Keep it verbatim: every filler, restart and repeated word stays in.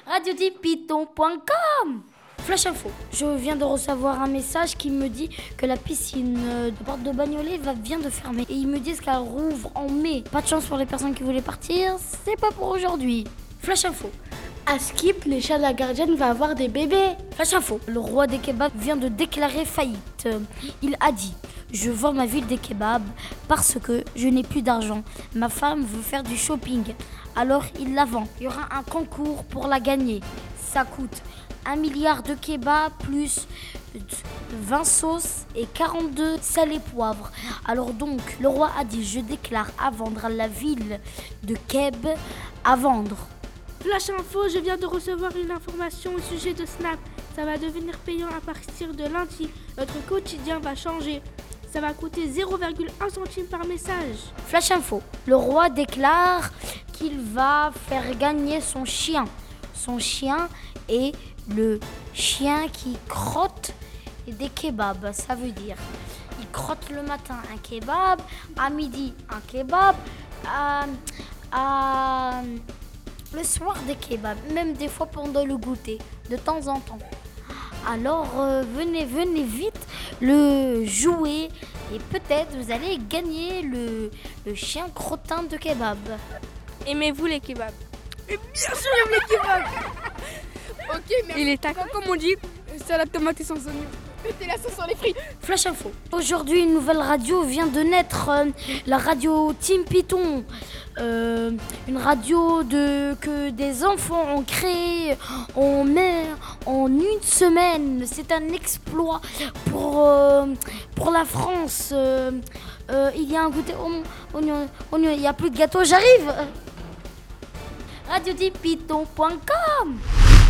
radio tipiton point com. Flash info. Je viens de recevoir un message qui me dit que la piscine de Porte de Bagnolet va vient de fermer. Et ils me disent qu'elle rouvre en mai. Pas de chance pour les personnes qui voulaient partir, c'est pas pour aujourd'hui. Flash info. À Skip, les chats de la gardienne va avoir des bébés. Flash info. Le roi des kebabs vient de déclarer faillite. Il a dit: je vends ma ville des kebabs parce que je n'ai plus d'argent. Ma femme veut faire du shopping, alors il la vend. Il y aura un concours pour la gagner. Ça coûte un milliard de kebabs plus vingt sauces et quarante-deux sel et poivre. Alors donc, le roi a dit: je déclare à vendre la ville de Keb à vendre. Flash info, je viens de recevoir une information au sujet de Snap. Ça va devenir payant à partir de lundi. Notre quotidien va changer. Ça va coûter zéro virgule un centime par message. Flash info. Le roi déclare qu'il va faire gagner son chien. Son chien est le chien qui crotte des kebabs. Ça veut dire, il crotte le matin un kebab, à midi un kebab, à, à, le soir des kebabs, même des fois pendant le goûter, de temps en temps. Alors euh, venez, venez vite le jouer et peut-être vous allez gagner le, le chien crottin de kebab. Aimez-vous les kebabs? Et bien sûr, j'aime les kebabs. Ok, merci. Et les tacos, comme on dit, salade tomate et sans oignon. Mettez la sauce sur les frites. Flash info. Aujourd'hui, une nouvelle radio vient de naître, euh, la radio Team Python. Euh, une radio de, que des enfants ont créée en, mai, en une semaine. C'est un exploit pour, euh, pour la France. Euh, euh, il y a un goûter oignon, oignon, oignon, il n'y a plus de gâteau, j'arrive. radio tipiton point com.